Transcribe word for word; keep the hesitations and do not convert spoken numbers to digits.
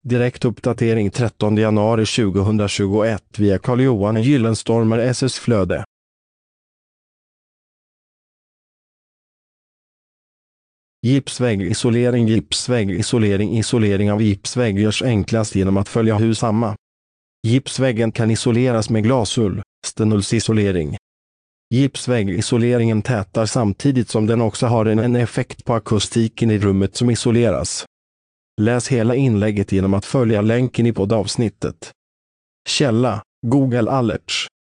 Direkt uppdatering trettonde januari tjugohundratjugoett via Carl-Johan Gyllenstormer S S-flöde. Gipsväggisolering Gipsväggisolering Isolering av gipsvägg görs enklast genom att följa hur samma. Gipsväggen kan isoleras med glasull, stenulsisolering. Gipsväggisoleringen tätar samtidigt som den också har en, en effekt på akustiken i rummet som isoleras. Läs hela inlägget genom att följa länken i poddavsnittet. Källa: Google Alerts.